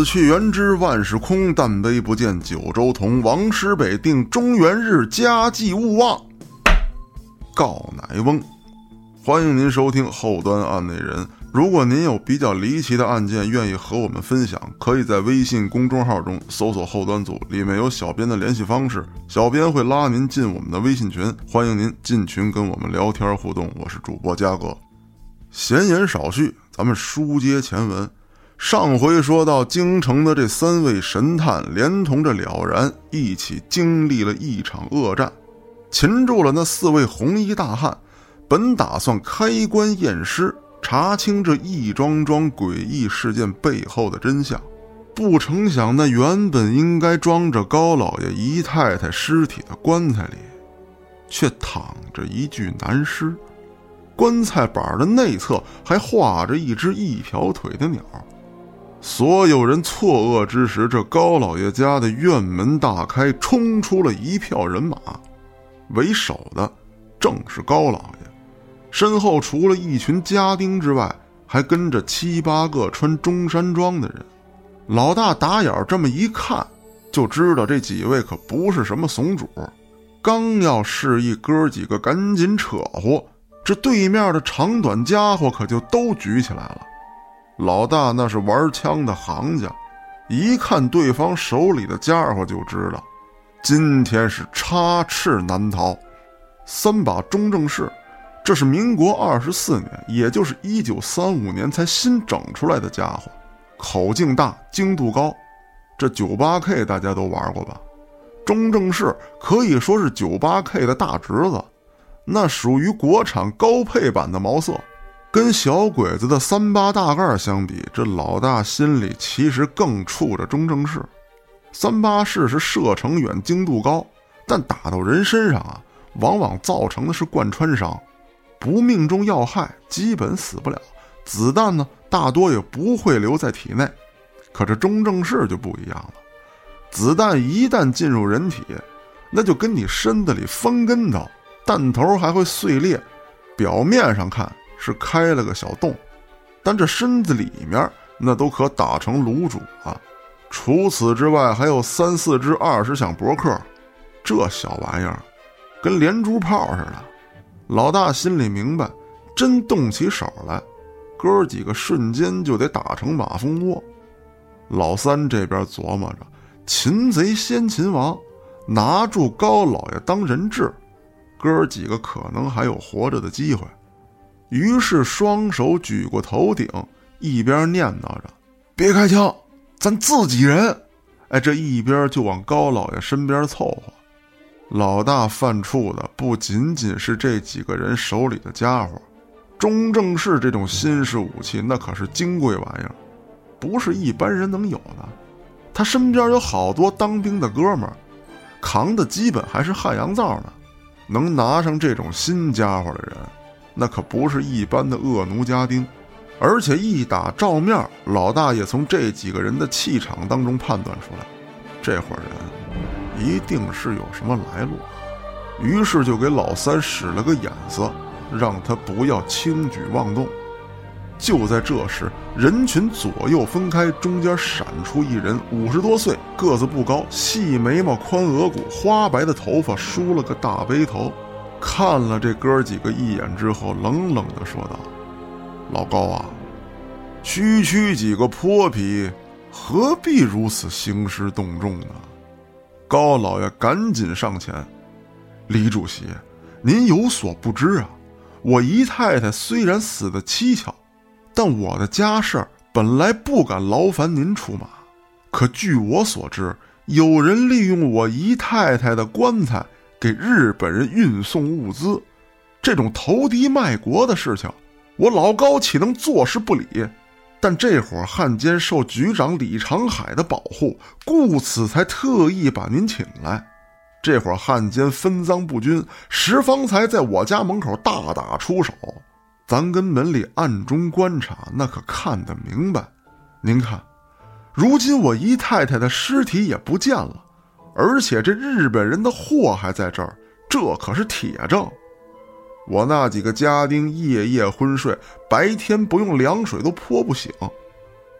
去元知万事空，但悲不见九州同。王师北定中原日，家祭勿忘告乃翁。欢迎您收听后端案内人。如果您有比较离奇的案件愿意和我们分享，可以在微信公众号中搜索后端组，里面有小编的联系方式，小编会拉您进我们的微信群，欢迎您进群跟我们聊天互动。我是主播嘉哥。闲言少叙，咱们书接前文。上回说到京城的这三位神探连同着了然一起经历了一场恶战，擒住了那四位红衣大汉，本打算开棺验尸，查清这一桩桩诡异事件背后的真相，不成想那原本应该装着高老爷姨太太尸体的棺材里，却躺着一具男尸，棺材板的内侧还画着一只一条腿的鸟。所有人错愕之时，这高老爷家的院门大开，冲出了一票人马，为首的正是高老爷，身后除了一群家丁之外，还跟着7、8个穿中山装的人。老大打眼这么一看，就知道这几位可不是什么怂主，刚要示意哥几个赶紧扯呼，这对面的长短家伙可就都举起来了。老大那是玩枪的行家，一看对方手里的家伙就知道今天是插翅难逃。3把中正式，这是民国24年，也就是1935年才新整出来的家伙，口径大，精度高。这 98K 大家都玩过吧？中正式可以说是 98K 的大侄子，那属于国产高配版的毛瑟。跟小鬼子的38大盖相比，这老大心里其实更怵着中正式。38式是射程远，精度高，但打到人身上啊，往往造成的是贯穿伤，不命中要害，基本死不了。子弹呢，大多也不会留在体内。可这中正式就不一样了，子弹一旦进入人体，那就跟你身子里翻跟头，弹头还会碎裂。表面上看是开了个小洞，但这身子里面那都可打成卤煮啊！除此之外，还有3、4支20响驳壳，这小玩意儿跟连珠炮似的。老大心里明白，真动起手来，哥几个瞬间就得打成马蜂窝。老三这边琢磨着，擒贼先擒王，拿住高老爷当人质，哥几个可能还有活着的机会。于是双手举过头顶，一边念叨着别开枪，咱自己人。这一边就往高老爷身边凑合。老大犯怵的不仅仅是这几个人手里的家伙，中正式这种新式武器那可是金贵玩意儿，不是一般人能有的。他身边有好多当兵的哥们儿，扛的基本还是汉阳造呢，能拿上这种新家伙的人，那可不是一般的恶奴家丁。而且一打照面，老大也从这几个人的气场当中判断出来，这伙人一定是有什么来路。于是就给老三使了个眼色，让他不要轻举妄动。就在这时，人群左右分开，中间闪出一人，50多岁，个子不高，细眉毛，宽额骨，花白的头发，梳了个大背头。看了这哥几个一眼之后，冷冷地说道：老高啊，区几个泼皮，何必如此兴师动众呢？高老爷赶紧上前：李主席，您有所不知啊，我姨太太虽然死得蹊跷，但我的家事本来不敢劳烦您出马。可据我所知，有人利用我姨太太的棺材给日本人运送物资，这种投敌卖国的事情，我老高岂能坐视不理？但这伙汉奸受局长李长海的保护，故此才特意把您请来。这伙汉奸分赃不均，石方才在我家门口大打出手，咱跟门里暗中观察，那可看得明白。您看，如今我姨太太的尸体也不见了，而且这日本人的货还在这儿，这可是铁证。我那几个家丁夜夜昏睡，白天不用凉水都泼不醒。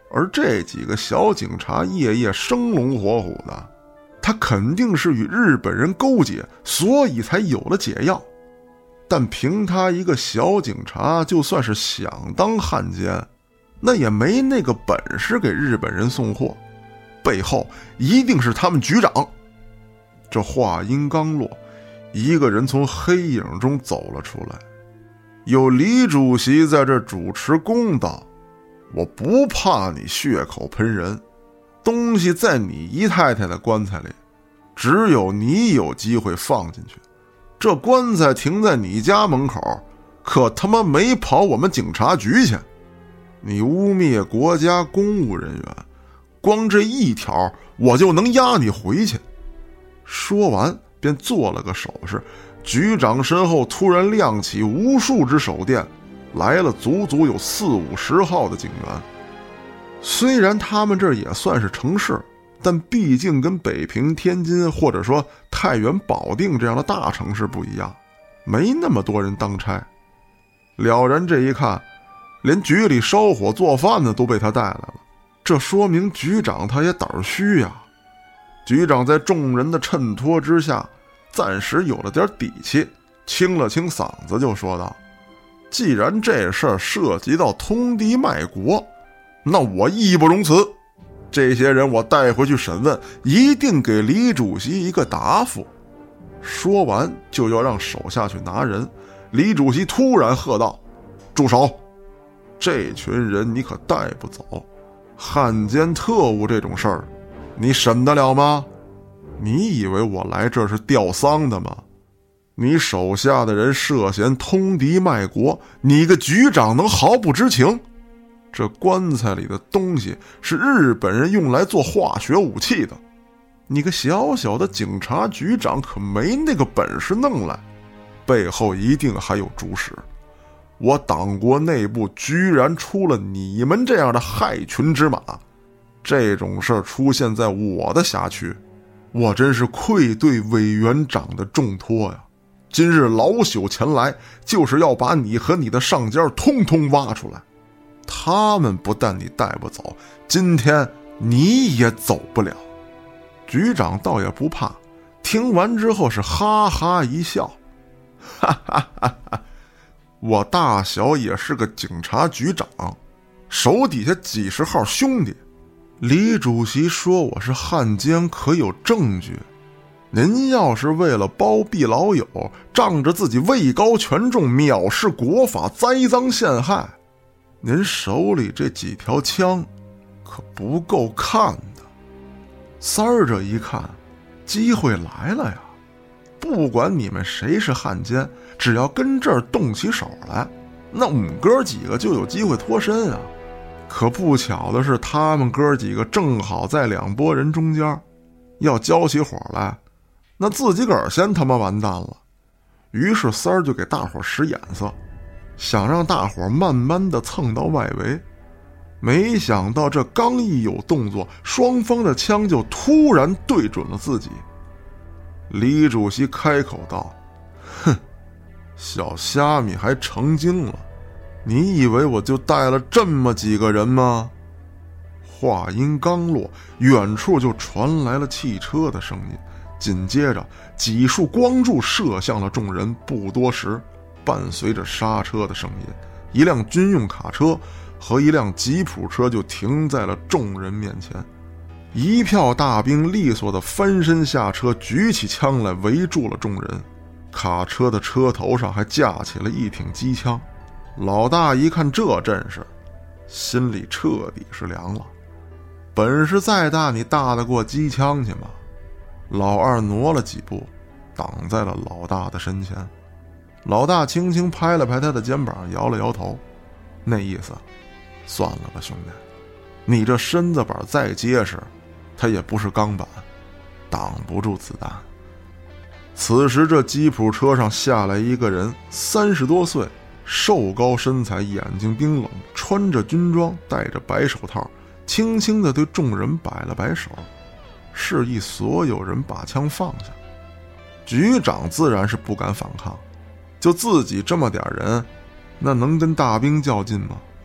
而这几个小警察夜夜生龙活虎的，他肯定是与日本人勾结，所以才有了解药。但凭他一个小警察，就算是想当汉奸，那也没那个本事给日本人送货，背后一定是他们局长。这话音刚落，一个人从黑影中走了出来，有李主席在这主持公道，我不怕你血口喷人，东西在你姨太太的棺材里，只有你有机会放进去，这棺材停在你家门口，可他妈没跑我们警察局去。你污蔑国家公务人员，光这一条我就能押你回去。说完便做了个手势，局长身后突然亮起无数只手电，来了足足有40-50号的警员。虽然他们这也算是城市，但毕竟跟北平、天津或者说太原、保定这样的大城市不一样，没那么多人当差。了然这一看，连局里烧火做饭的都被他带来了，这说明局长他也胆儿虚呀。局长在众人的衬托之下，暂时有了点底气，清了清嗓子就说道：既然这事儿涉及到通敌卖国，那我义不容辞，这些人我带回去审问，一定给李主席一个答复。说完就要让手下去拿人，李主席突然喝道：住手！这群人你可带不走，汉奸特务这种事儿你审得了吗？你以为我来这是吊丧的吗？你手下的人涉嫌通敌卖国，你个局长能毫不知情？这棺材里的东西是日本人用来做化学武器的，你个小小的警察局长可没那个本事弄来，背后一定还有主使。我党国内部居然出了你们这样的害群之马，这种事儿出现在我的辖区，我真是愧对委员长的重托呀！今日老朽前来，就是要把你和你的上家通通挖出来。他们不但你带不走，今天你也走不了。局长倒也不怕，听完之后是哈哈一笑，哈哈哈哈！我大小也是个警察局长，手底下几十号兄弟。李主席说我是汉奸，可有证据？您要是为了包庇老友，仗着自己位高权重，藐视国法，栽赃陷害，您手里这几条枪可不够看的。三儿这一看，机会来了呀！不管你们谁是汉奸，只要跟这儿动起手来，那我们哥几个就有机会脱身啊！可不巧的是，他们哥几个正好在两拨人中间，要交起火来，那自己个儿先他妈完蛋了。于是三儿就给大伙使眼色，想让大伙慢慢的蹭到外围。没想到这刚一有动作，双方的枪就突然对准了自己。李主席开口道：哼，小虾米还成精了，你以为我就带了这么几个人吗？话音刚落，远处就传来了汽车的声音，紧接着几束光柱射向了众人。不多时，伴随着刹车的声音，一辆军用卡车和一辆吉普车就停在了众人面前。一票大兵利索地翻身下车，举起枪来围住了众人。卡车的车头上还架起了一挺机枪。老大一看这阵势，心里彻底是凉了。本事再大，你大得过机枪去吗？老二挪了几步，挡在了老大的身前。老大轻轻拍了拍他的肩膀，摇了摇头，那意思，算了吧兄弟，你这身子板再结实，它也不是钢板，挡不住子弹。此时这吉普车上下来一个人，30多岁，瘦高身材，眼睛冰冷，穿着军装，戴着白手套，轻轻地对众人摆了摆手，示意所有人把枪放下。局长自然是不敢反抗，就自己这么点人，那能跟大兵较劲吗？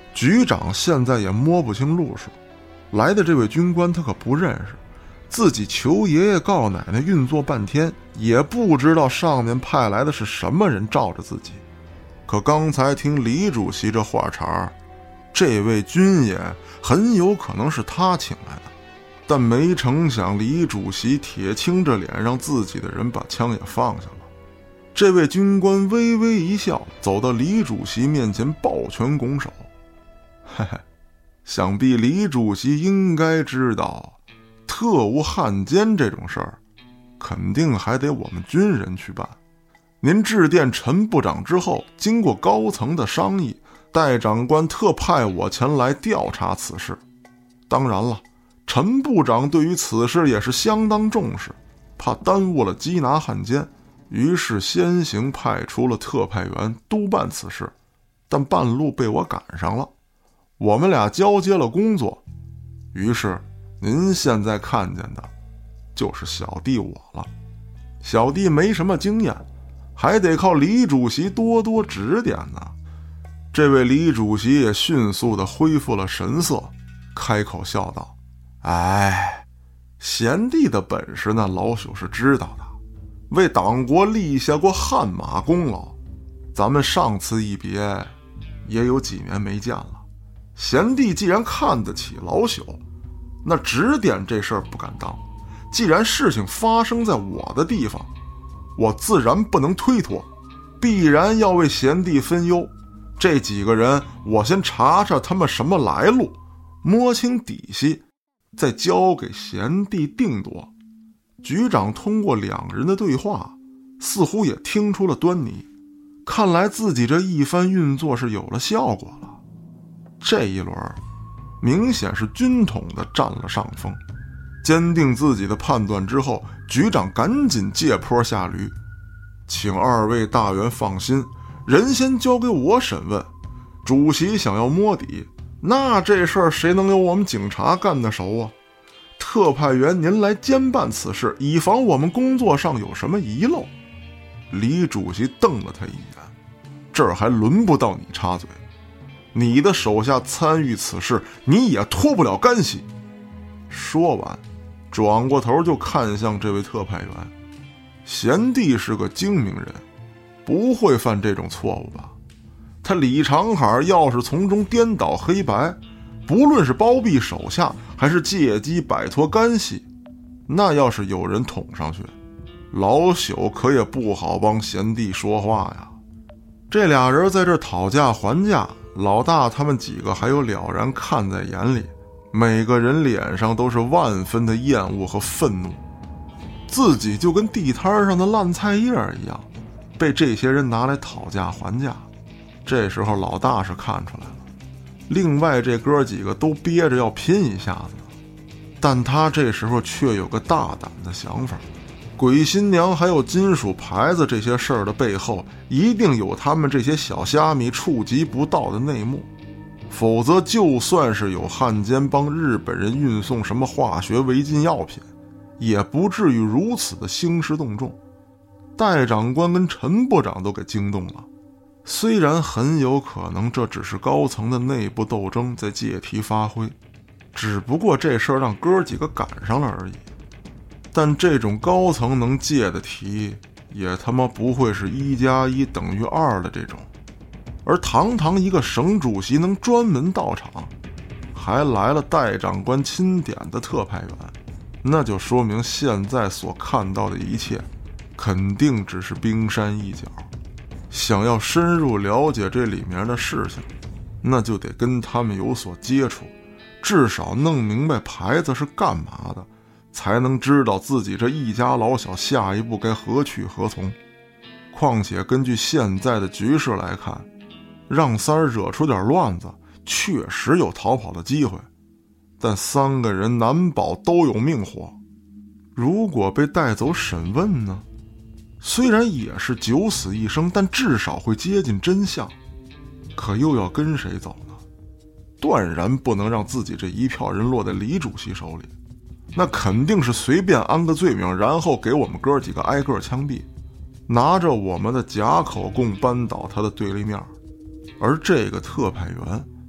局长现在也摸不清路数，来的这位军官他可不认识，自己求爷爷告奶奶运作半天，也不知道上面派来的是什么人罩着自己。可刚才听李主席这话茬，这位军爷很有可能是他请来的，但没成想李主席铁青着脸让自己的人把枪也放下了。这位军官微微一笑，走到李主席面前抱拳拱手。嘿嘿，想必李主席应该知道，特务汉奸这种事儿肯定还得我们军人去办。您致电陈部长之后，经过高层的商议，戴长官特派我前来调查此事。当然了，陈部长对于此事也是相当重视，怕耽误了缉拿汉奸，于是先行派出了特派员督办此事，但半路被我赶上了，我们俩交接了工作，于是您现在看见的就是小弟我了。小弟没什么经验，还得靠李主席多多指点呢。这位李主席也迅速地恢复了神色，开口笑道：哎，贤弟的本事那老朽是知道的，为党国立下过汗马功劳，咱们上次一别也有几年没见了。贤弟既然看得起老朽，那指点这事儿不敢当，既然事情发生在我的地方，我自然不能推脱，必然要为贤弟分忧。这几个人我先查查他们什么来路，摸清底细，再交给贤弟定夺。局长通过两个人的对话，似乎也听出了端倪，看来自己这一番运作是有了效果了。这一轮明显是军统的占了上风。坚定自己的判断之后，局长赶紧借坡下驴，请二位大员放心，人先交给我审问。主席想要摸底，那这事儿谁能有我们警察干得熟啊？特派员您来监办此事，以防我们工作上有什么遗漏。李主席瞪了他一眼，这儿还轮不到你插嘴，你的手下参与此事，你也脱不了干系。说完，转过头就看向这位特派员。贤弟是个精明人，不会犯这种错误吧？他李长海要是从中颠倒黑白，不论是包庇手下还是借机摆脱干系，那要是有人捅上去，老朽可也不好帮贤弟说话呀。这俩人在这讨价还价，老大他们几个还有了然看在眼里，每个人脸上都是万分的厌恶和愤怒，自己就跟地摊上的烂菜叶一样，被这些人拿来讨价还价。这时候老大是看出来了，另外这哥几个都憋着要拼一下子，但他这时候却有个大胆的想法，鬼新娘还有金属牌子这些事儿的背后，一定有他们这些小虾米触及不到的内幕，否则就算是有汉奸帮日本人运送什么化学违禁药品，也不至于如此的兴师动众。戴长官跟陈部长都给惊动了，虽然很有可能这只是高层的内部斗争在借题发挥，只不过这事儿让哥几个赶上了而已，但这种高层能借的题也他妈不会是1+1等于2的这种，而堂堂一个省主席能专门到场，还来了戴长官钦点的特派员，那就说明现在所看到的一切肯定只是冰山一角。想要深入了解这里面的事情，那就得跟他们有所接触，至少弄明白牌子是干嘛的，才能知道自己这一家老小下一步该何去何从。况且根据现在的局势来看，让三儿惹出点乱子，确实有逃跑的机会，但3个人难保都有命活。如果被带走审问呢？虽然也是九死一生，但至少会接近真相。可又要跟谁走呢？断然不能让自己这一票人落在李主席手里，那肯定是随便安个罪名，然后给我们哥几个挨个枪毙，拿着我们的假口供扳倒他的对立面。而这个特派员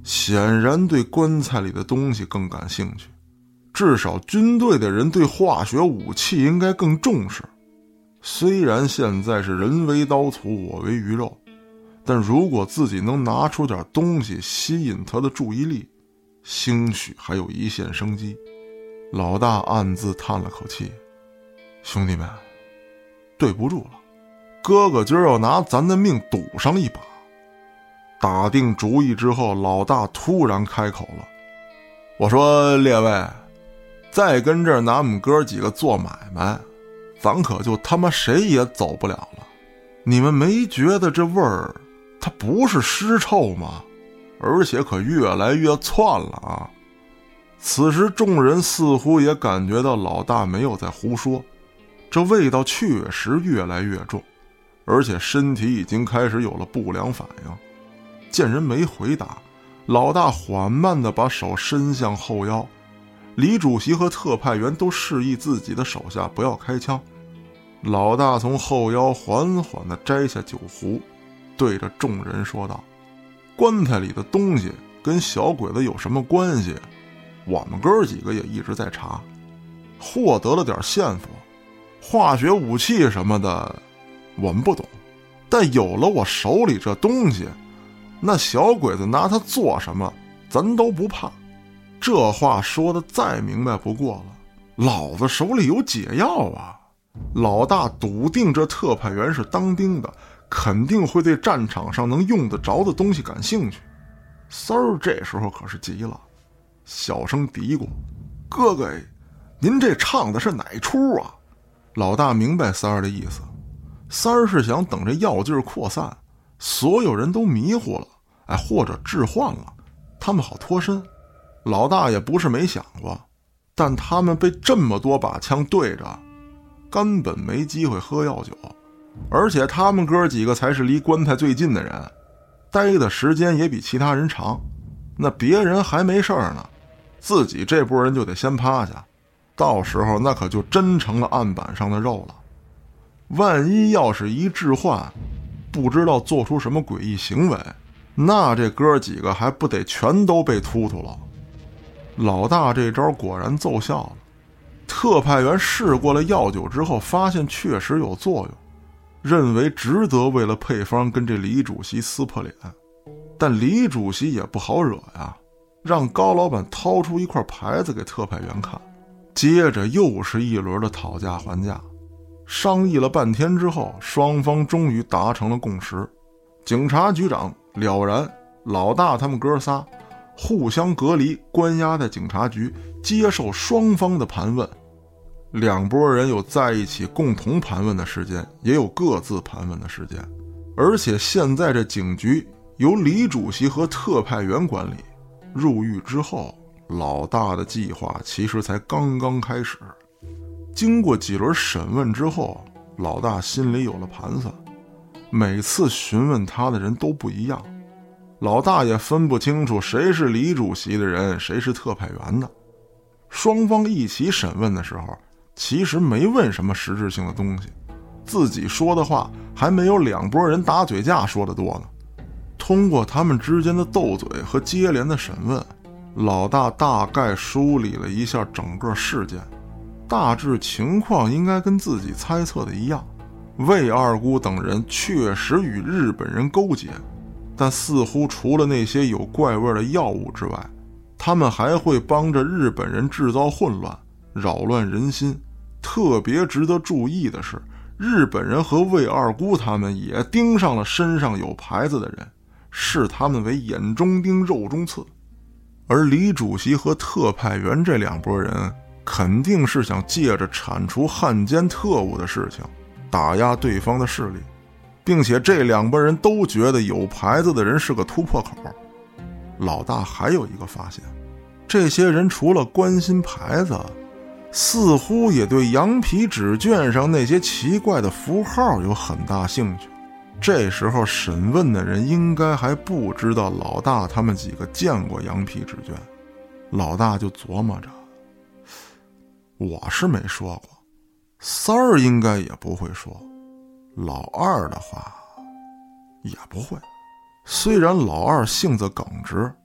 显然对棺材里的东西更感兴趣，至少军队的人对化学武器应该更重视。虽然现在是人为刀俎我为鱼肉，但如果自己能拿出点东西吸引他的注意力，兴许还有一线生机。老大暗自叹了口气，兄弟们，对不住了，哥哥今儿要拿咱的命赌上一把。打定主意之后，老大突然开口了，我说列位，再跟这儿拿我们哥几个做买卖，咱可就他妈谁也走不了了。你们没觉得这味儿它不是尸臭吗？而且可越来越窜了啊！此时众人似乎也感觉到老大没有在胡说，这味道确实越来越重，而且身体已经开始有了不良反应。见人没回答，老大缓慢地把手伸向后腰，李主席和特派员都示意自己的手下不要开枪。老大从后腰缓缓地摘下酒壶，对着众人说道，棺材里的东西跟小鬼子有什么关系？我们哥几个也一直在查，获得了点线索，化学武器什么的我们不懂，但有了我手里这东西，那小鬼子拿它做什么咱都不怕。这话说的再明白不过了，老子手里有解药啊！老大笃定这特派员是当兵的，肯定会对战场上能用得着的东西感兴趣。三儿这时候可是急了，小声嘀咕，哥哥，您这唱的是哪出啊？老大明白三儿的意思，三儿是想等这药劲儿扩散，所有人都迷糊了，或者置换了，他们好脱身。老大也不是没想过，但他们被这么多把枪对着，根本没机会喝药酒，而且他们哥几个才是离棺材最近的人，待的时间也比其他人长。那别人还没事呢，自己这波人就得先趴下，到时候那可就真成了案板上的肉了。万一要是一置换，不知道做出什么诡异行为，那这哥几个还不得全都被突突了。老大这招果然奏效了，特派员试过了药酒之后，发现确实有作用，认为值得为了配方跟这李主席撕破脸。但李主席也不好惹呀，让高老板掏出一块牌子给特派员看，接着又是一轮的讨价还价。商议了半天之后，双方终于达成了共识。警察局长了然，老大他们哥仨互相隔离，关押在警察局，接受双方的盘问。两拨人有在一起共同盘问的时间，也有各自盘问的时间。而且现在这警局由李主席和特派员管理，入狱之后，老大的计划其实才刚刚开始。经过几轮审问之后，老大心里有了盘算，每次询问他的人都不一样，老大也分不清楚谁是李主席的人，谁是特派员的。双方一起审问的时候，其实没问什么实质性的东西，自己说的话还没有两拨人打嘴架说的多呢。通过他们之间的斗嘴和接连的审问，老大大概梳理了一下整个事件，大致情况应该跟自己猜测的一样，魏二姑等人确实与日本人勾结，但似乎除了那些有怪味的药物之外，他们还会帮着日本人制造混乱，扰乱人心。特别值得注意的是，日本人和魏二姑他们也盯上了身上有牌子的人，视他们为眼中钉肉中刺。而李主席和特派员这两拨人肯定是想借着铲除汉奸特务的事情打压对方的势力，并且这两拨人都觉得有牌子的人是个突破口。老大还有一个发现，这些人除了关心牌子，似乎也对羊皮纸卷上那些奇怪的符号有很大兴趣。这时候审问的人应该还不知道老大他们几个见过羊皮纸卷，老大就琢磨着，我是没说过，三儿应该也不会说，老二的话也不会。虽然老二性子耿直，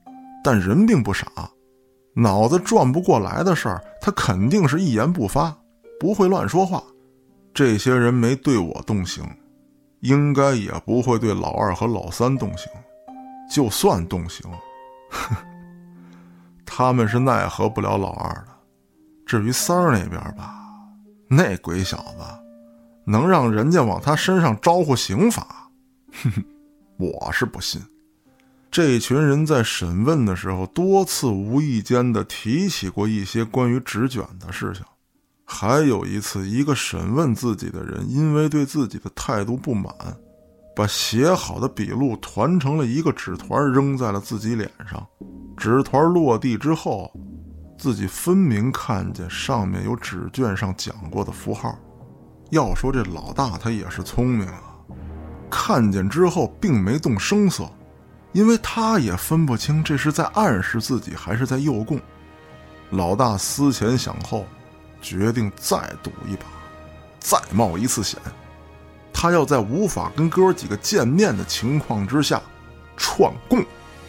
但人并不傻，脑子转不过来的事儿，他肯定是一言不发，不会乱说话。这些人没对我动刑，应该也不会对老二和老三动刑，就算动刑，他们是奈何不了老二的。至于三儿那边吧，那鬼小子能让人家往他身上招呼刑罚，我是不信。这群人在审问的时候多次无意间的提起过一些关于纸卷的事情，还有一次，一个审问自己的人因为对自己的态度不满，把写好的笔录团成了一个纸团扔在了自己脸上。纸团落地之后，自己分明看见上面有纸卷上讲过的符号。要说这老大他也是聪明啊，看见之后并没动声色，因为他也分不清这是在暗示自己还是在诱供。老大思前想后，决定再赌一把，再冒一次险。他要在无法跟哥几个见面的情况之下串供。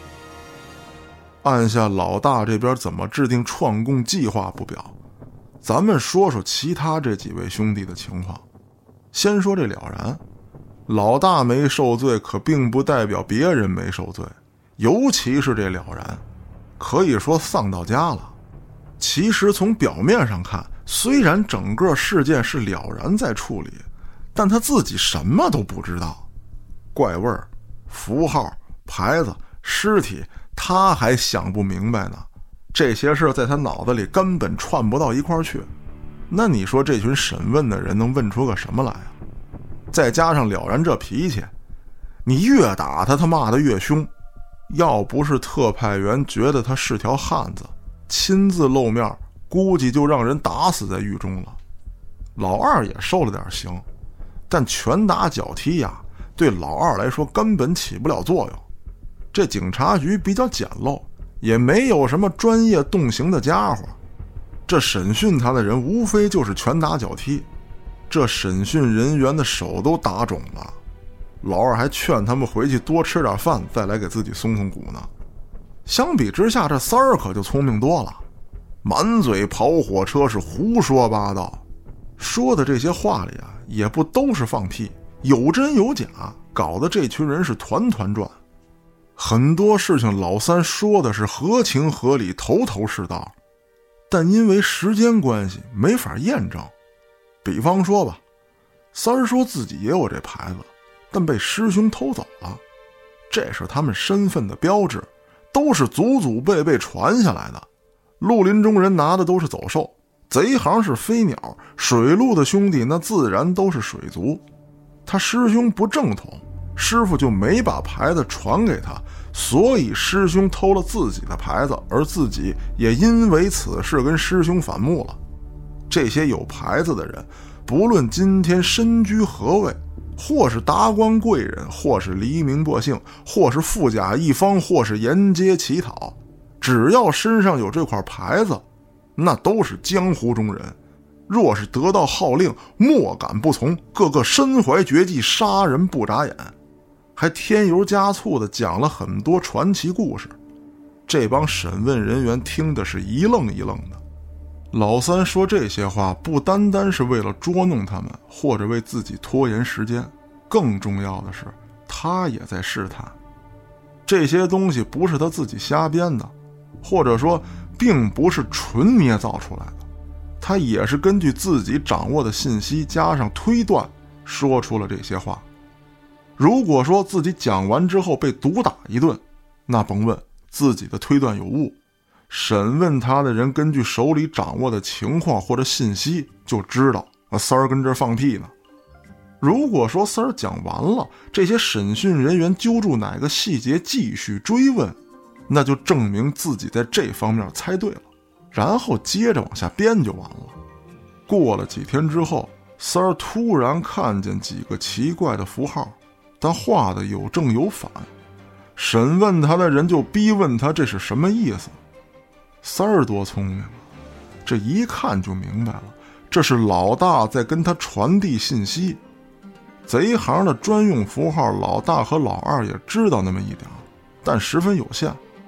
按下老大这边怎么制定串供计划不表，咱们说说其他这几位兄弟的情况。先说这了然，老大没受罪可并不代表别人没受罪，尤其是这了然可以说丧到家了。其实从表面上看，虽然整个事件是了然在处理，但他自己什么都不知道。怪味儿、符号、牌子、尸体，他还想不明白呢。这些事在他脑子里根本串不到一块儿去。那你说这群审问的人能问出个什么来啊？再加上了然这脾气，你越打他，他骂得越凶。要不是特派员觉得他是条汉子，亲自露面，估计就让人打死在狱中了。老二也受了点刑，但拳打脚踢呀，对老二来说根本起不了作用。这警察局比较简陋，也没有什么专业动刑的家伙，这审讯他的人无非就是拳打脚踢，这审讯人员的手都打肿了。老二还劝他们回去多吃点饭，再来给自己松松骨呢。相比之下，这三儿可就聪明多了，满嘴跑火车，是胡说八道，说的这些话里啊，也不都是放屁，有真有假，搞得这群人是团团转。很多事情老三说的是合情合理，头头是道，但因为时间关系没法验证。比方说吧，三儿说自己也有这牌子，但被师兄偷走了，这是他们身份的标志，都是祖祖辈辈传下来的。绿林中人拿的都是走兽，贼行是飞鸟，水路的兄弟那自然都是水族。他师兄不正统，师傅就没把牌子传给他，所以师兄偷了自己的牌子，而自己也因为此事跟师兄反目了。这些有牌子的人，不论今天身居何位，或是达官贵人，或是黎民百姓，或是富甲一方，或是沿街乞讨，只要身上有这块牌子，那都是江湖中人。若是得到号令，莫敢不从，个个身怀绝技，杀人不眨眼。还添油加醋地讲了很多传奇故事，这帮审问人员听的是一愣一愣的。老三说这些话不单单是为了捉弄他们，或者为自己拖延时间，更重要的是他也在试探。这些东西不是他自己瞎编的，或者说并不是纯捏造出来的，他也是根据自己掌握的信息加上推断说出了这些话。如果说自己讲完之后被毒打一顿，那甭问自己的推断有误，审问他的人根据手里掌握的情况或者信息就知道三儿跟这儿放屁呢。如果说三儿讲完了，这些审讯人员揪住哪个细节继续追问，那就证明自己在这方面猜对了，然后接着往下编就完了。过了几天之后，三儿突然看见几个奇怪的符号，但画的有正有反，审问他的人就逼问他这是什么意思。三儿多聪明啊，这一看就明白了，这是老大在跟他传递信息。贼行的专用符号，老大和老二也知道那么一点，但十分有限。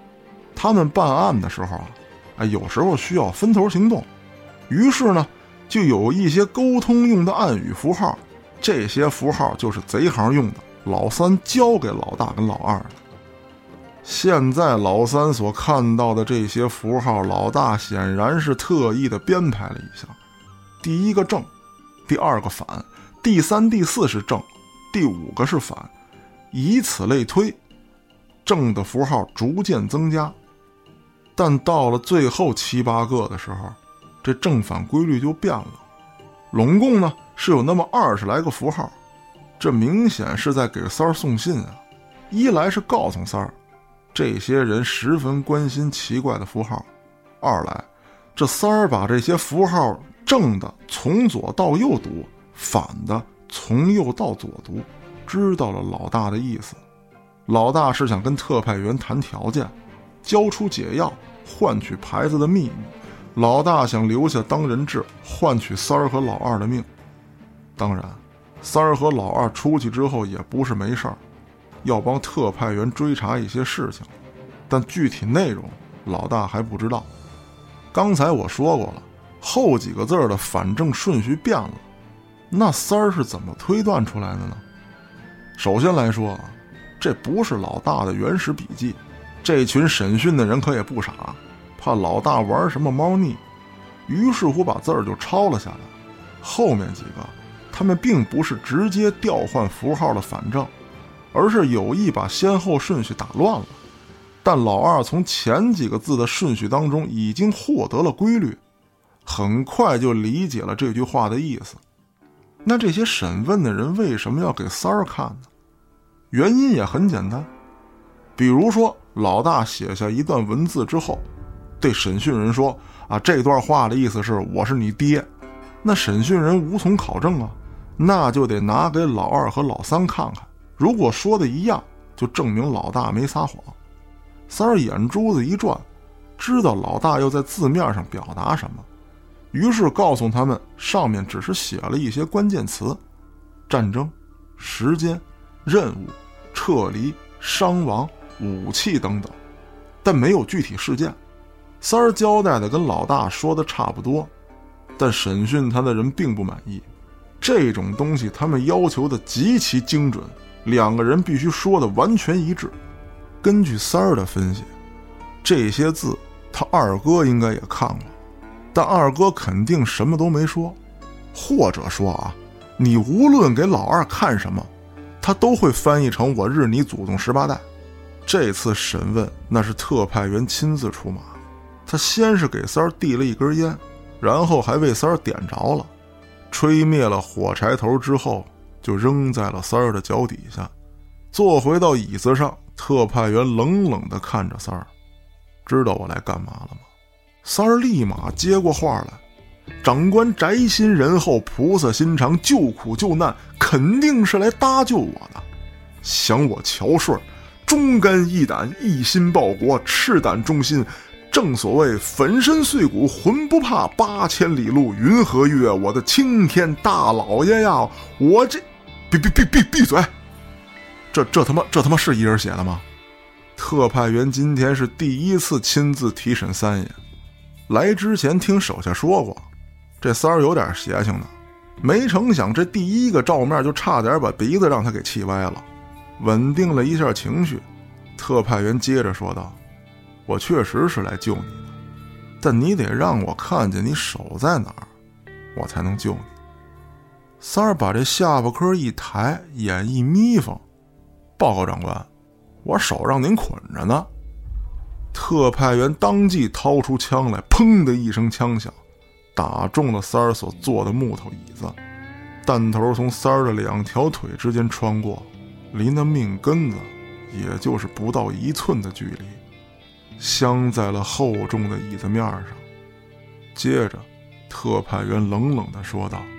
他们办案的时候有时候需要分头行动，于是呢，就有一些沟通用的暗语符号，这些符号就是贼行用的，老三教给老大跟老二的。现在老三所看到的这些符号，老大显然是特意的编排了一下，第一个正，第二个反，第三第四是正，第五个是反，以此类推，正的符号逐渐增加，但到了最后7、8个的时候，这正反规律就变了，拢共呢是有那么20来个符号，这明显是在给三儿送信啊！一来是告诉三儿，这些人十分关心奇怪的符号；二来，这三儿把这些符号正的从左到右读，反的从右到左读，知道了老大的意思。老大是想跟特派员谈条件，交出解药，换取牌子的秘密。老大想留下当人质，换取三儿和老二的命。当然，三儿和老二出去之后也不是没事儿，要帮特派员追查一些事情，但具体内容老大还不知道。刚才我说过了，后几个字的反正顺序变了，那三儿是怎么推断出来的呢？首先来说这不是老大的原始笔记，这群审讯的人可也不傻，怕老大玩什么猫腻，于是乎把字儿就抄了下来。后面几个他们并不是直接调换符号的反正，而是有意把先后顺序打乱了。但老二从前几个字的顺序当中已经获得了规律，很快就理解了这句话的意思。那这些审问的人为什么要给三儿看呢？原因也很简单，比如说老大写下一段文字之后，对审讯人说这段话的意思是我是你爹，那审讯人无从考证那就得拿给老二和老三看看，如果说的一样，就证明老大没撒谎。三儿眼珠子一转，知道老大要在字面上表达什么，于是告诉他们上面只是写了一些关键词，战争、时间、任务、撤离、伤亡、武器等等，但没有具体事件。三儿交代的跟老大说的差不多，但审讯他的人并不满意，这种东西他们要求的极其精准，两个人必须说的完全一致。根据三儿的分析，这些字他二哥应该也看过，但二哥肯定什么都没说，或者说你无论给老二看什么，他都会翻译成我日你祖宗18代。这次审问那是特派员亲自出马，他先是给三儿递了一根烟，然后还为三儿点着了，吹灭了火柴头之后就扔在了三儿的脚底下。坐回到椅子上，特派员冷冷地看着三儿，知道我来干嘛了吗？三儿立马接过话来，长官宅心仁厚，菩萨心肠，救苦救难，肯定是来搭救我的。想我乔顺忠肝义胆，一心报国，赤胆忠心，正所谓粉身碎骨浑不怕，8000里路云和月，我的青天大老爷呀！我这闭嘴！这他妈是一人写的吗？特派员今天是第一次亲自提审三爷，来之前听手下说过，这三儿有点邪性的，没成想这第一个照面就差点把鼻子让他给气歪了。稳定了一下情绪，特派员接着说道：我确实是来救你的，但你得让我看见你手在哪儿，我才能救你。三儿把这下巴颏一抬，眼一眯缝，报告长官，我手让您捆着呢。特派员当即掏出枪来，砰的一声枪响，打中了三儿所坐的木头椅子，弹头从三儿的2条腿之间穿过，离那命根子也就是不到1寸的距离，镶在了厚重的椅子面上。接着特派员冷冷地说道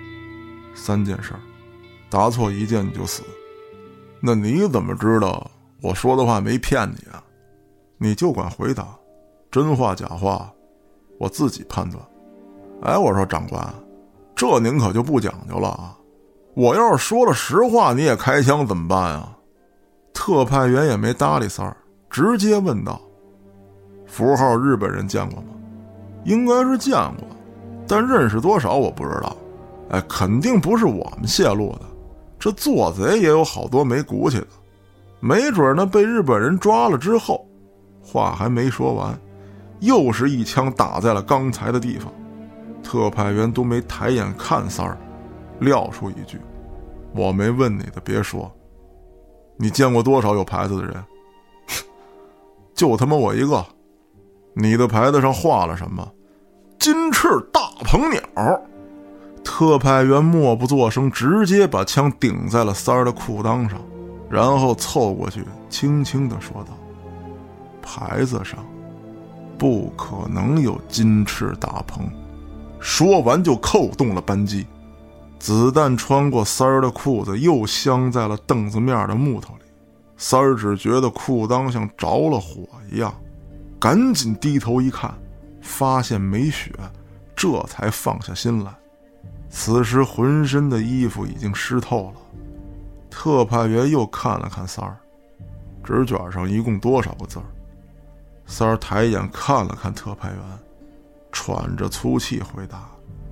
：3件事，答错1件你就死。那你怎么知道我说的话没骗你啊？你就管回答，真话假话我自己判断。我说长官，这您可就不讲究了啊！我要是说了实话你也开枪怎么办啊？特派员也没搭理三儿，直接问道： 符号日本人见过吗？应该是见过，但认识多少我不知道。肯定不是我们泄露的，这做贼也有好多没骨气的，没准呢被日本人抓了之后，话还没说完，又是一枪打在了刚才的地方。特派员都没抬眼看三儿，撂出一句：“我没问你的别说。你见过多少有牌子的人？就他妈我一个。你的牌子上画了什么？金翅大鹏鸟。”特派员默不作声，直接把枪顶在了三儿的裤裆上，然后凑过去轻轻地说道：“牌子上不可能有金翅大鹏。”说完就扣动了扳机，子弹穿过三儿的裤子，又镶在了凳子面的木头里。三儿只觉得裤裆像着了火一样，赶紧低头一看，发现没血，这才放下心来。此时浑身的衣服已经湿透了。特派员又看了看三儿，纸卷上一共多少个字儿？三儿抬眼看了看特派员，喘着粗气回答：“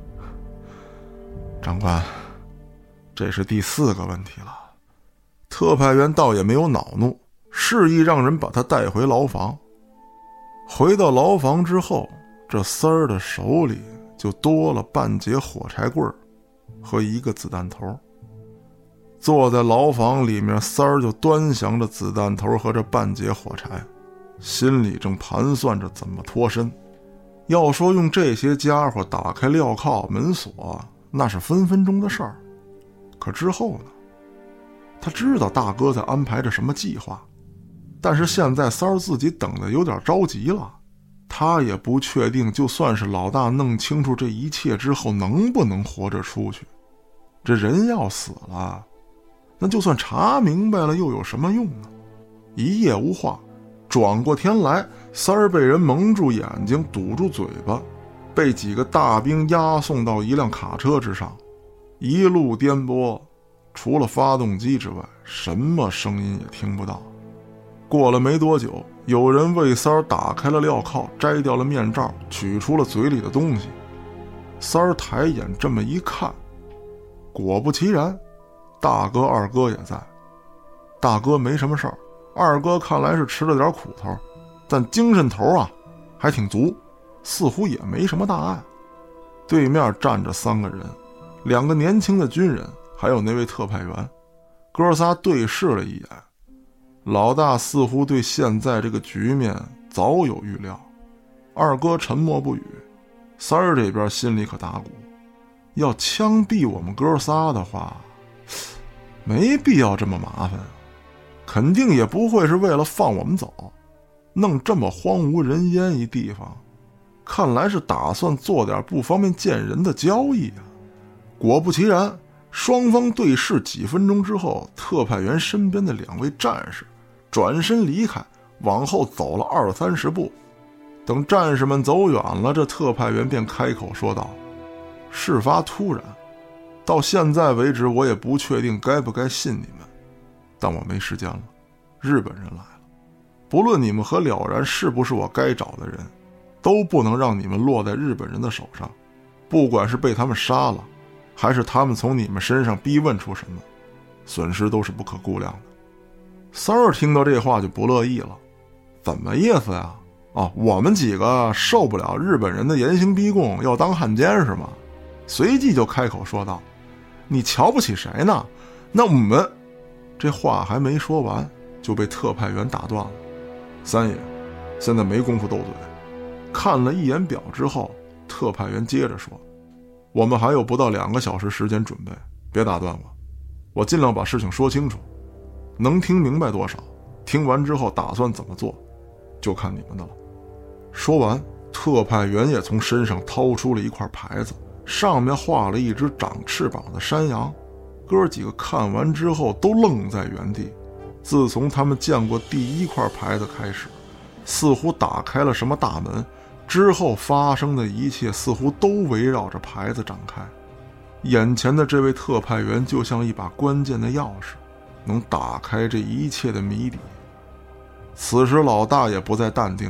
长官，这是第4个问题了。”特派员倒也没有恼怒，示意让人把他带回牢房。回到牢房之后，这三儿的手里就多了半截火柴棍和一个子弹头。坐在牢房里面，三儿就端详着子弹头和这半截火柴，心里正盘算着怎么脱身。要说用这些家伙打开镣铐门锁，那是分分钟的事儿。可之后呢？他知道大哥在安排着什么计划，但是现在三儿自己等得有点着急了。他也不确定，就算是老大弄清楚这一切之后，能不能活着出去。这人要死了，那就算查明白了又有什么用呢？一夜无话，转过天来，三儿被人蒙住眼睛，堵住嘴巴，被几个大兵押送到一辆卡车之上，一路颠簸，除了发动机之外，什么声音也听不到。过了没多久，有人为三儿打开了镣铐，摘掉了面罩，取出了嘴里的东西。三儿抬眼这么一看，果不其然，大哥二哥也在。大哥没什么事儿，二哥看来是吃了点苦头，但精神头啊还挺足，似乎也没什么大碍。对面站着3个人，2个年轻的军人，还有那位特派员。哥仨对视了一眼，老大似乎对现在这个局面早有预料。二哥沉默不语。三儿这边心里可打鼓，要枪毙我们哥仨的话，没必要这么麻烦，肯定也不会是为了放我们走，弄这么荒无人烟一地方，看来是打算做点不方便见人的交易啊。果不其然，双方对视几分钟之后，特派员身边的2位战士转身离开，往后走了20-30步。等战士们走远了，这特派员便开口说道：“事发突然，到现在为止我也不确定该不该信你们，但我没时间了，日本人来了，不论你们和了然是不是我该找的人，都不能让你们落在日本人的手上，不管是被他们杀了，还是他们从你们身上逼问出什么，损失都是不可估量的。”三儿听到这话就不乐意了：“怎么意思呀？我们几个受不了日本人的严刑逼供，要当汉奸是吗？”随即就开口说道：“你瞧不起谁呢？那我们……”这话还没说完，就被特派员打断了：“三爷，现在没工夫斗嘴。”看了一眼表之后，特派员接着说：“我们还有不到2个小时时间准备，别打断我尽量把事情说清楚，能听明白多少，听完之后打算怎么做，就看你们的了。”说完，特派员也从身上掏出了一块牌子，上面画了一只长翅膀的山羊。哥几个看完之后都愣在原地。自从他们见过第一块牌子开始，似乎打开了什么大门，之后发生的一切似乎都围绕着牌子展开。眼前的这位特派员就像一把关键的钥匙，能打开这一切的谜底。此时老大也不再淡定了，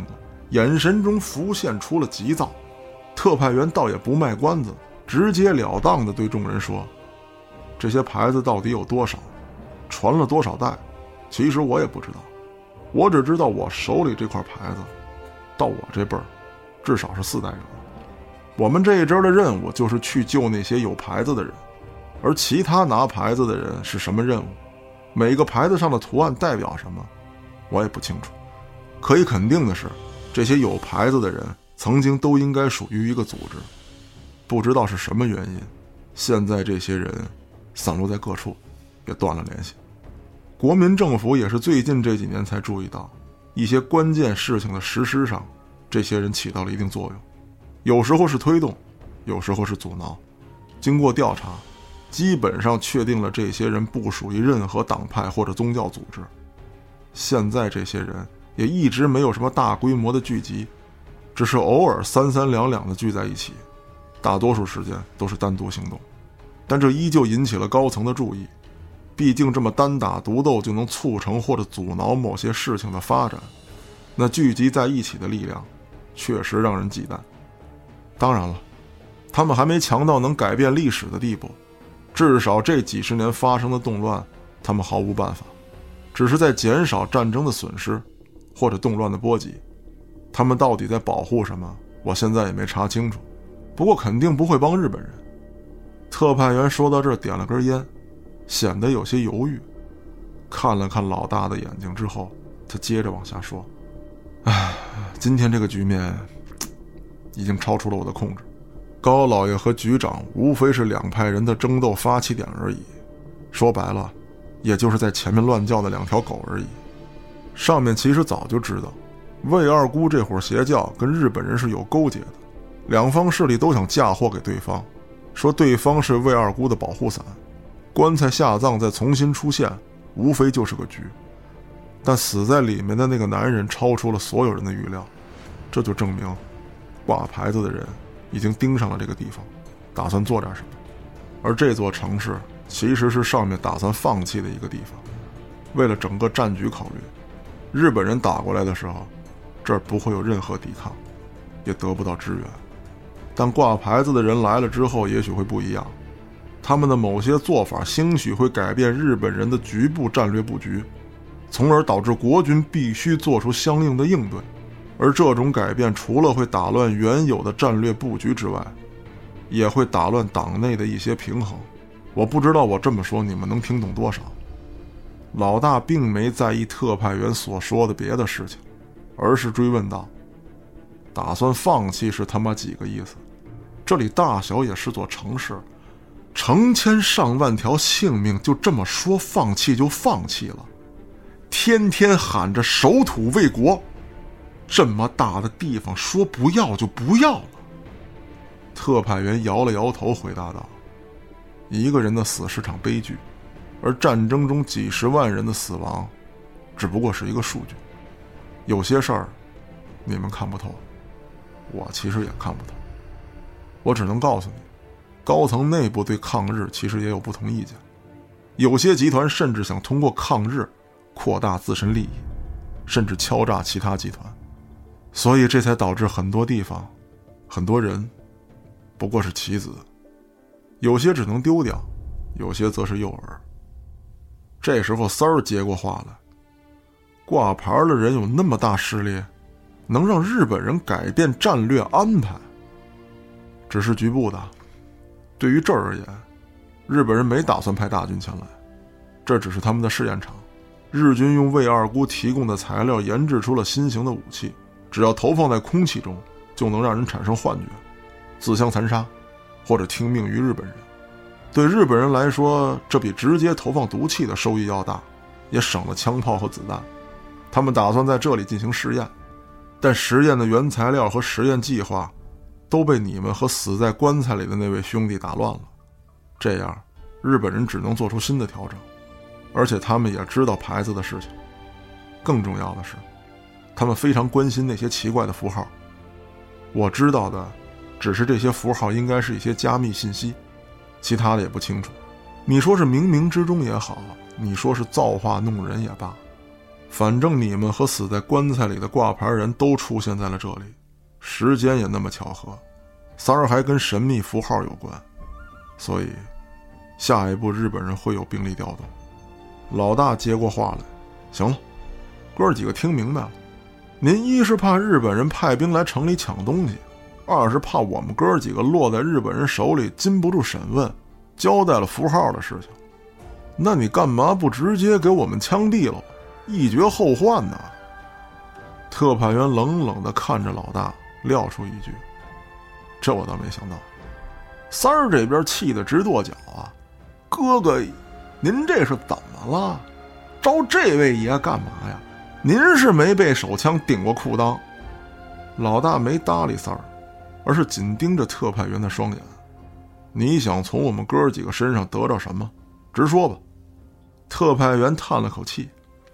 眼神中浮现出了急躁。特派员倒也不卖关子，直截了当地对众人说：这些牌子到底有多少，传了多少代，其实我也不知道，我只知道我手里这块牌子到我这辈儿至少是4代人了。我们这一支的任务就是去救那些有牌子的人，而其他拿牌子的人是什么任务，每个牌子上的图案代表什么，我也不清楚。可以肯定的是，这些有牌子的人曾经都应该属于一个组织，不知道是什么原因，现在这些人散落在各处，也断了联系。国民政府也是最近这几年才注意到，一些关键事情的实施上，这些人起到了一定作用，有时候是推动，有时候是阻挠。经过调查，基本上确定了这些人不属于任何党派或者宗教组织。现在这些人也一直没有什么大规模的聚集，只是偶尔3、3两两的聚在一起，大多数时间都是单独行动。但这依旧引起了高层的注意，毕竟这么单打独斗就能促成或者阻挠某些事情的发展，那聚集在一起的力量确实让人忌惮。当然了，他们还没强到能改变历史的地步，至少这几十年发生的动乱他们毫无办法，只是在减少战争的损失或者动乱的波及。他们到底在保护什么，我现在也没查清楚，不过肯定不会帮日本人。特派员说到这儿点了根烟，显得有些犹豫，看了看老大的眼睛之后，他接着往下说：今天这个局面已经超出了我的控制，高老爷和局长无非是2派人的争斗发起点而已，说白了也就是在前面乱叫的2条狗而已。上面其实早就知道魏二姑这伙邪教跟日本人是有勾结的，两方势力都想嫁祸给对方，说对方是魏二姑的保护伞，棺材下葬再重新出现，无非就是个局。但死在里面的那个男人超出了所有人的预料，这就证明挂牌子的人已经盯上了这个地方，打算做点什么。而这座城市其实是上面打算放弃的一个地方，为了整个战局考虑，日本人打过来的时候，这儿不会有任何抵抗，也得不到支援。但挂牌子的人来了之后也许会不一样，他们的某些做法兴许会改变日本人的局部战略布局，从而导致国军必须做出相应的应对。而这种改变除了会打乱原有的战略布局之外，也会打乱党内的一些平衡。我不知道我这么说你们能听懂多少。老大并没在意特派员所说的别的事情，而是追问道：打算放弃是他妈几个意思？这里大小也是座城市，成千上万条性命就这么说放弃就放弃了？天天喊着守土卫国，这么大的地方说不要就不要了？特派员摇了摇头回答道：一个人的死是场悲剧，而战争中几十万人的死亡只不过是一个数据。有些事儿你们看不透，我其实也看不透。我只能告诉你，高层内部对抗日其实也有不同意见，有些集团甚至想通过抗日扩大自身利益，甚至敲诈其他集团。所以这才导致很多地方很多人不过是棋子，有些只能丢掉，有些则是诱饵。这时候三儿接过话来：挂牌的人有那么大势力，能让日本人改变战略安排？只是局部的，对于这儿而言，日本人没打算派大军前来，这只是他们的试验场。日军用魏二姑提供的材料研制出了新型的武器，只要投放在空气中，就能让人产生幻觉，自相残杀，或者听命于日本人。对日本人来说，这比直接投放毒气的收益要大，也省了枪炮和子弹。他们打算在这里进行实验，但实验的原材料和实验计划都被你们和死在棺材里的那位兄弟打乱了。这样日本人只能做出新的调整，而且他们也知道牌子的事情。更重要的是，他们非常关心那些奇怪的符号。我知道的只是这些符号应该是一些加密信息，其他的也不清楚。你说是冥冥之中也好，你说是造化弄人也罢， 反正你们和死在棺材里的挂牌人都出现在了这里，时间也那么巧合，三儿还跟神秘符号有关，所以下一步日本人会有兵力调动。老大接过话来，行了，哥几个听明白了，您一是怕日本人派兵来城里抢东西，二是怕我们哥几个落在日本人手里禁不住审问，交代了符号的事情，那你干嘛不直接给我们枪毙了，一绝后患呢？特派员冷冷地看着老大，撂出一句：这我倒没想到。三儿这边气得直跺脚啊，哥哥您这是怎么了？招这位爷干嘛呀？您是没被手枪顶过裤裆？老大没搭理三儿，而是紧盯着特派员的双眼。你想从我们哥几个身上得着什么？直说吧。特派员叹了口气，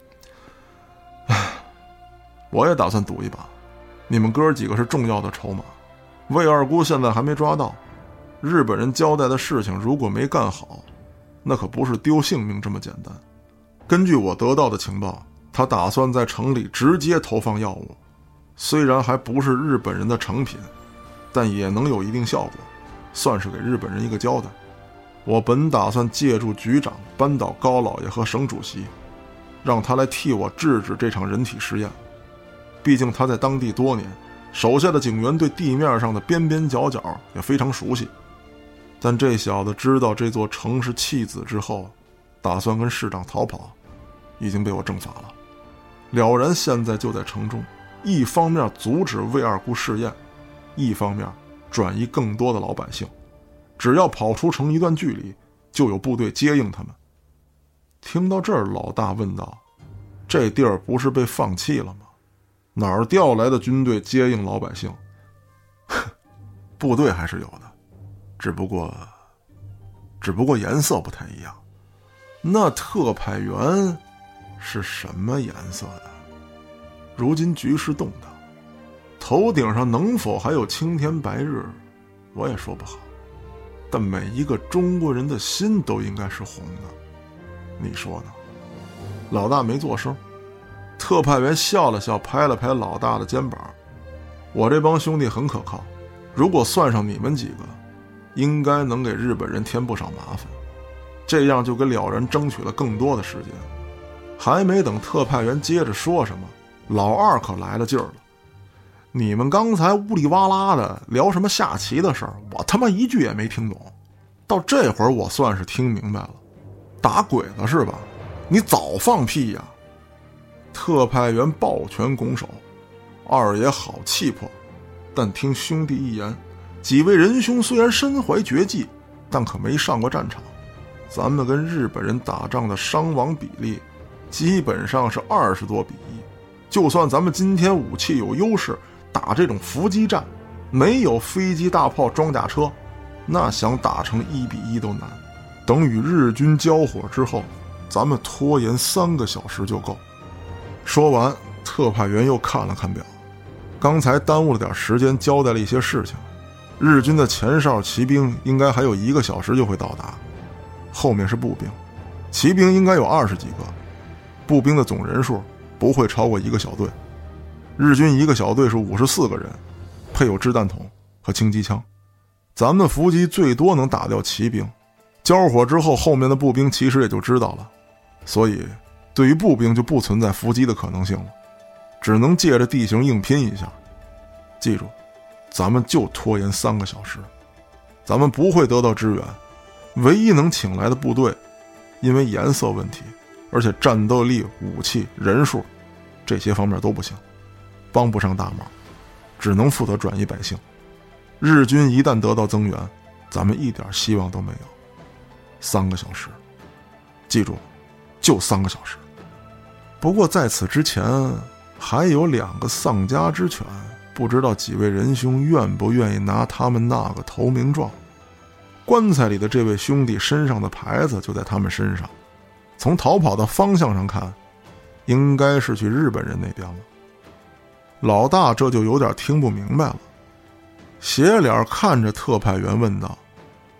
我也打算赌一把，你们哥几个是重要的筹码，魏二姑现在还没抓到，日本人交代的事情如果没干好，那可不是丢性命这么简单。根据我得到的情报，他打算在城里直接投放药物，虽然还不是日本人的成品，但也能有一定效果，算是给日本人一个交代。我本打算借助局长扳倒高老爷和省主席，让他来替我制止这场人体实验，毕竟他在当地多年，手下的警员对地面上的边边角角也非常熟悉。但这小子知道这座城是弃子之后，打算跟市长逃跑，已经被我正法了。了然现在就在城中，一方面阻止魏二姑试验，一方面转移更多的老百姓，只要跑出城一段距离，就有部队接应他们。听到这儿，老大问道：这地儿不是被放弃了吗？哪儿调来的军队接应老百姓？部队还是有的，只不过颜色不太一样。那特派员是什么颜色的？如今局势动荡，头顶上能否还有青天白日，我也说不好。但每一个中国人的心都应该是红的，你说呢？老大没做声。特派员笑了笑，拍了拍老大的肩膀：我这帮兄弟很可靠，如果算上你们几个，应该能给日本人添不少麻烦，这样就给了然争取了更多的时间。还没等特派员接着说什么，老二可来了劲儿了：你们刚才呜里哇啦的聊什么下棋的事儿，我他妈一句也没听懂。到这会儿我算是听明白了，打鬼子是吧？你早放屁呀！特派员抱拳拱手：二爷好气魄，但听兄弟一言，几位仁兄虽然身怀绝技，但可没上过战场。咱们跟日本人打仗的伤亡比例基本上是20多比1，就算咱们今天武器有优势，打这种伏击战，没有飞机大炮装甲车，那想打成1比1都难。等与日军交火之后，咱们拖延3个小时就够。说完，特派员又看了看表，刚才耽误了点时间交代了一些事情，日军的前哨骑兵应该还有1个小时就会到达，后面是步兵，骑兵应该有20几个，步兵的总人数不会超过1个小队。日军1个小队是54个人，配有掷弹筒和轻机枪，咱们伏击最多能打掉骑兵，交火之后后面的步兵其实也就知道了，所以对于步兵就不存在伏击的可能性了，只能借着地形硬拼一下。记住，咱们就拖延3个小时，咱们不会得到支援，唯一能请来的部队因为颜色问题，而且战斗力、武器、人数这些方面都不行，帮不上大忙，只能负责转移百姓。日军一旦得到增援，咱们一点希望都没有。3个小时，记住，就3个小时。不过在此之前还有2个丧家之犬，不知道几位仁兄愿不愿意拿他们那个投名状。棺材里的这位兄弟身上的牌子就在他们身上，从逃跑的方向上看，应该是去日本人那边了。老大这就有点听不明白了，斜脸看着特派员问道：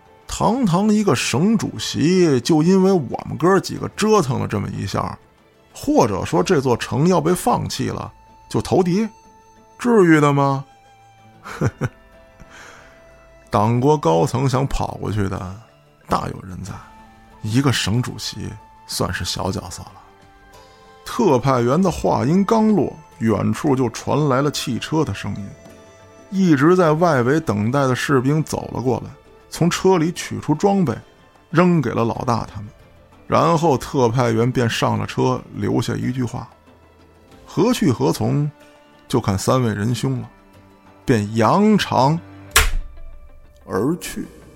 堂堂一个省主席，就因为我们哥几个折腾了这么一下， 或者说这座城要被放弃了就投敌，至于的吗？党国高层想跑过去的大有人在，一个省主席算是小角色了。特派员的话音刚落，远处就传来了汽车的声音。一直在外围等待的士兵走了过来，从车里取出装备扔给了老大他们，然后特派员便上了车，留下一句话：何去何从就看三位仁兄了，便扬长而去。